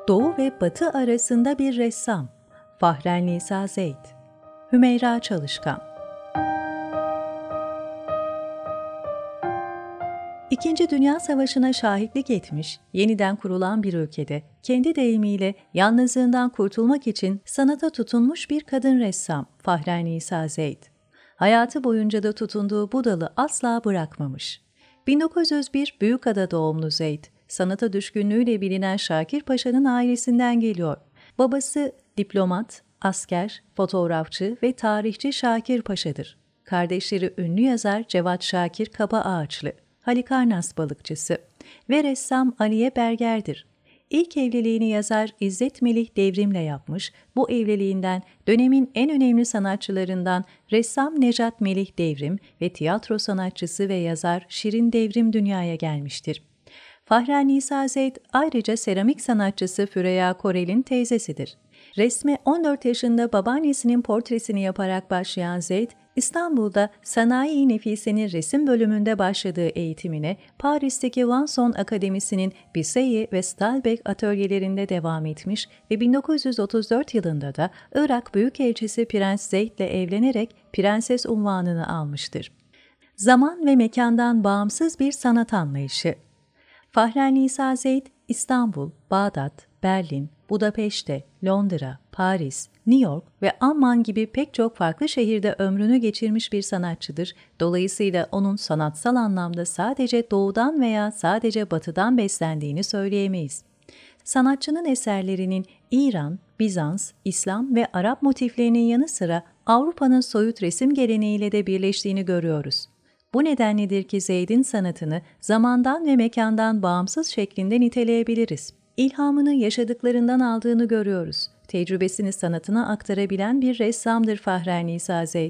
Doğu ve Batı arasında bir ressam. Fahrennisa Zeyd. Hümeyra Çalışkan. İkinci Dünya Savaşı'na şahitlik etmiş, yeniden kurulan bir ülkede kendi deyimiyle yalnızlığından kurtulmak için sanata tutunmuş bir kadın ressam Fahrennisa Zeyd. Hayatı boyunca da tutunduğu bu dalı asla bırakmamış. 1901 Büyükada doğumlu Zeyd, sanata düşkünlüğüyle bilinen Şakir Paşa'nın ailesinden geliyor. Babası diplomat, asker, fotoğrafçı ve tarihçi Şakir Paşa'dır. Kardeşleri ünlü yazar Cevat Şakir Kabaağaçlı, Halikarnas balıkçısı ve ressam Aliye Berger'dir. İlk evliliğini yazar İzzet Melih Devrim'le yapmış, bu evliliğinden dönemin en önemli sanatçılarından ressam Nejat Melih Devrim ve tiyatro sanatçısı ve yazar Şirin Devrim dünyaya gelmiştir. Fahrennisa Zeyd ayrıca seramik sanatçısı Füreya Korel'in teyzesidir. Resme 14 yaşında babaannesinin portresini yaparak başlayan Zeyd, İstanbul'da Sanayi-i Nefise'nin resim bölümünde başladığı eğitimine Paris'teki Vanson Akademisi'nin Bissey ve Staalbeck atölyelerinde devam etmiş ve 1934 yılında da Irak Büyükelçisi Prens Zeyd ile evlenerek prenses unvanını almıştır. Zaman ve mekandan bağımsız bir sanat anlayışı. Fahrennisa Zeyd, İstanbul, Bağdat, Berlin, Budapeşte, Londra, Paris, New York ve Amman gibi pek çok farklı şehirde ömrünü geçirmiş bir sanatçıdır. Dolayısıyla onun sanatsal anlamda sadece doğudan veya sadece batıdan beslendiğini söyleyemeyiz. Sanatçının eserlerinin İran, Bizans, İslam ve Arap motiflerinin yanı sıra Avrupa'nın soyut resim geleneğiyle de birleştiğini görüyoruz. Bu nedenledir ki Zeyd'in sanatını zamandan ve mekandan bağımsız şeklinde niteleyebiliriz. İlhamını yaşadıklarından aldığını görüyoruz. Tecrübesini sanatına aktarabilen bir ressamdır Fahrennisa Zeyd.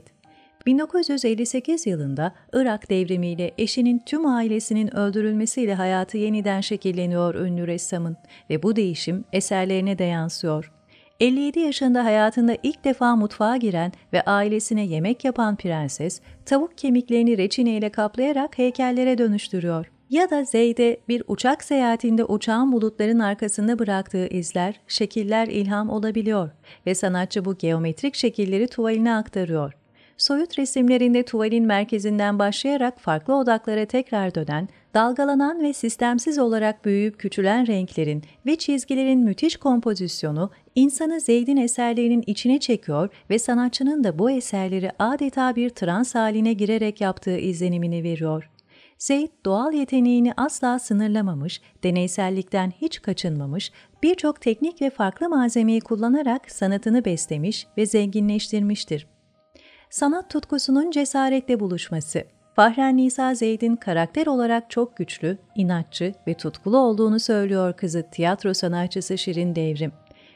1958 yılında Irak devrimiyle eşinin tüm ailesinin öldürülmesiyle hayatı yeniden şekilleniyor ünlü ressamın ve bu değişim eserlerine de yansıyor. 57 yaşında hayatında ilk defa mutfağa giren ve ailesine yemek yapan prenses, tavuk kemiklerini reçineyle kaplayarak heykellere dönüştürüyor. Ya da Zeyd'e bir uçak seyahatinde uçağın bulutların arkasında bıraktığı izler, şekiller ilham olabiliyor ve sanatçı bu geometrik şekilleri tuvaline aktarıyor. Soyut resimlerinde tuvalin merkezinden başlayarak farklı odaklara tekrar dönen, dalgalanan ve sistemsiz olarak büyüyüp küçülen renklerin ve çizgilerin müthiş kompozisyonu insanı Zeyd'in eserlerinin içine çekiyor ve sanatçının da bu eserleri adeta bir trans haline girerek yaptığı izlenimini veriyor. Zeyd doğal yeteneğini asla sınırlamamış, deneysellikten hiç kaçınmamış, birçok teknik ve farklı malzemeyi kullanarak sanatını beslemiş ve zenginleştirmiştir. Sanat tutkusunun cesaretle buluşması. Fahrennisa Zeyd'in karakter olarak çok güçlü, inatçı ve tutkulu olduğunu söylüyor kızı tiyatro sanatçısı Şirin Devrim.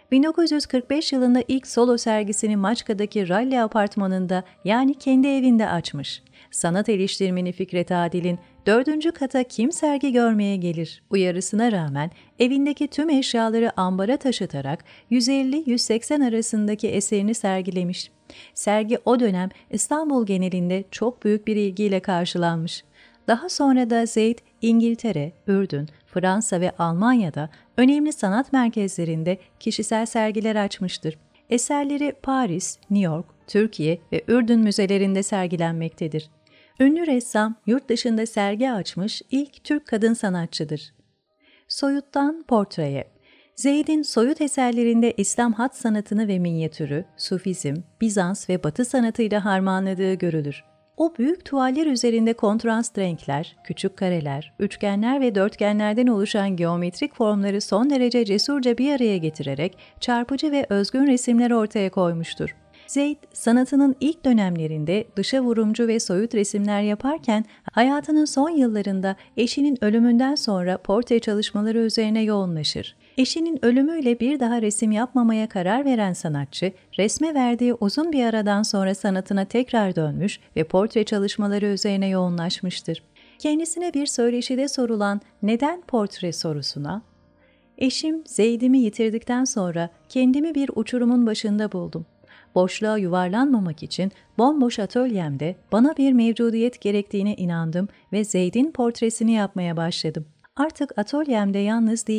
1945 yılında ilk solo sergisini Maçka'daki Ralli Apartmanı'nda yani kendi evinde açmış. Sanat eleştirmeni Fikret Adil'in 4. kata kim sergi görmeye gelir uyarısına rağmen evindeki tüm eşyaları ambara taşıtarak 150-180 arasındaki eserini sergilemiş. Sergi o dönem İstanbul genelinde çok büyük bir ilgiyle karşılanmış. Daha sonra da Zeyd, İngiltere, Ürdün, Fransa ve Almanya'da önemli sanat merkezlerinde kişisel sergiler açmıştır. Eserleri Paris, New York, Türkiye ve Ürdün müzelerinde sergilenmektedir. Ünlü ressam yurt dışında sergi açmış ilk Türk kadın sanatçıdır. Soyuttan portreye. Zeyd'in soyut eserlerinde İslam hat sanatını ve minyatürü, Sufizm, Bizans ve Batı sanatıyla harmanladığı görülür. O büyük tuvaller üzerinde kontrast renkler, küçük kareler, üçgenler ve dörtgenlerden oluşan geometrik formları son derece cesurca bir araya getirerek çarpıcı ve özgün resimler ortaya koymuştur. Zeyd, sanatının ilk dönemlerinde dışa vurumcu ve soyut resimler yaparken, hayatının son yıllarında eşinin ölümünden sonra portre çalışmaları üzerine yoğunlaşır. Eşinin ölümüyle bir daha resim yapmamaya karar veren sanatçı, resme verdiği uzun bir aradan sonra sanatına tekrar dönmüş ve portre çalışmaları üzerine yoğunlaşmıştır. Kendisine bir söyleşide sorulan "Neden portre?" sorusuna, "Eşim Zeyd'imi yitirdikten sonra kendimi bir uçurumun başında buldum. Boşluğa yuvarlanmamak için bomboş atölyemde bana bir mevcudiyet gerektiğine inandım ve Zeyd'in portresini yapmaya başladım. Artık atölyemde yalnız değildik.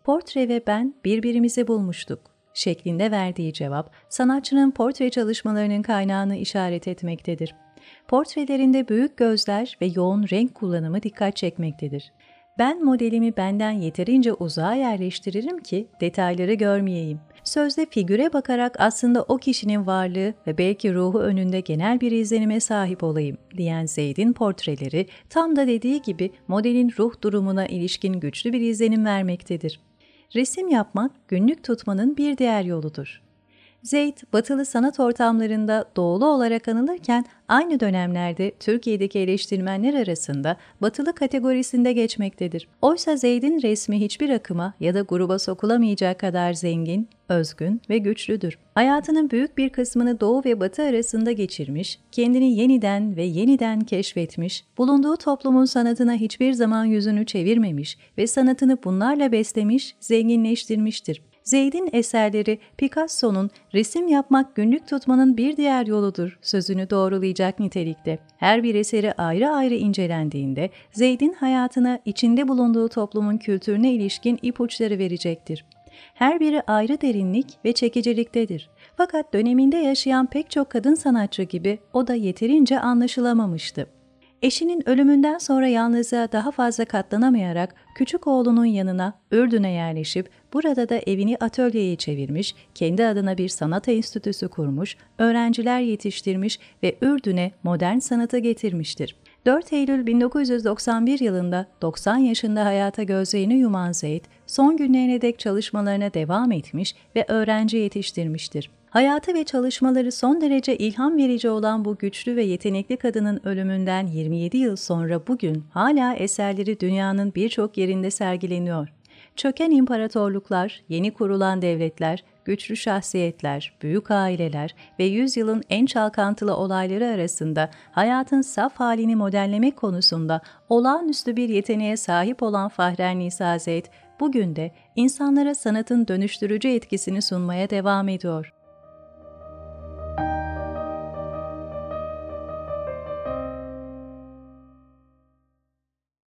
Portre ve ben birbirimizi bulmuştuk şeklinde verdiği cevap, sanatçının portre çalışmalarının kaynağını işaret etmektedir. Portrelerinde büyük gözler ve yoğun renk kullanımı dikkat çekmektedir. Ben modelimi benden yeterince uzağa yerleştiririm ki detayları görmeyeyim. Sözde figüre bakarak aslında o kişinin varlığı ve belki ruhu önünde genel bir izlenime sahip olayım, diyen Zeyd'in portreleri tam da dediği gibi modelin ruh durumuna ilişkin güçlü bir izlenim vermektedir. Resim yapmak, günlük tutmanın bir diğer yoludur. Zeyd, batılı sanat ortamlarında doğulu olarak anılırken aynı dönemlerde Türkiye'deki eleştirmenler arasında batılı kategorisinde geçmektedir. Oysa Zeyd'in resmi hiçbir akıma ya da gruba sokulamayacak kadar zengin, özgün ve güçlüdür. Hayatının büyük bir kısmını doğu ve batı arasında geçirmiş, kendini yeniden ve yeniden keşfetmiş, bulunduğu toplumun sanatına hiçbir zaman yüzünü çevirmemiş ve sanatını bunlarla beslemiş, zenginleştirmiştir. Zeyd'in eserleri Picasso'nun resim yapmak günlük tutmanın bir diğer yoludur sözünü doğrulayacak nitelikte. Her bir eseri ayrı ayrı incelendiğinde Zeyd'in hayatına, içinde bulunduğu toplumun kültürüne ilişkin ipuçları verecektir. Her biri ayrı derinlik ve çekiciliktedir. Fakat döneminde yaşayan pek çok kadın sanatçı gibi o da yeterince anlaşılamamıştı. Eşinin ölümünden sonra yalnızlığa daha fazla katlanamayarak küçük oğlunun yanına Ürdün'e yerleşip burada da evini atölyeye çevirmiş, kendi adına bir sanat enstitüsü kurmuş, öğrenciler yetiştirmiş ve Ürdün'e modern sanatı getirmiştir. 4 Eylül 1991 yılında 90 yaşında hayata gözlerini yuman Zeyd, son günlerine dek çalışmalarına devam etmiş ve öğrenci yetiştirmiştir. Hayatı ve çalışmaları son derece ilham verici olan bu güçlü ve yetenekli kadının ölümünden 27 yıl sonra bugün hala eserleri dünyanın birçok yerinde sergileniyor. Çöken imparatorluklar, yeni kurulan devletler, güçlü şahsiyetler, büyük aileler ve yüzyılın en çalkantılı olayları arasında hayatın saf halini modellemek konusunda olağanüstü bir yeteneğe sahip olan Fahrennisa Zeyd, bugün de insanlara sanatın dönüştürücü etkisini sunmaya devam ediyor.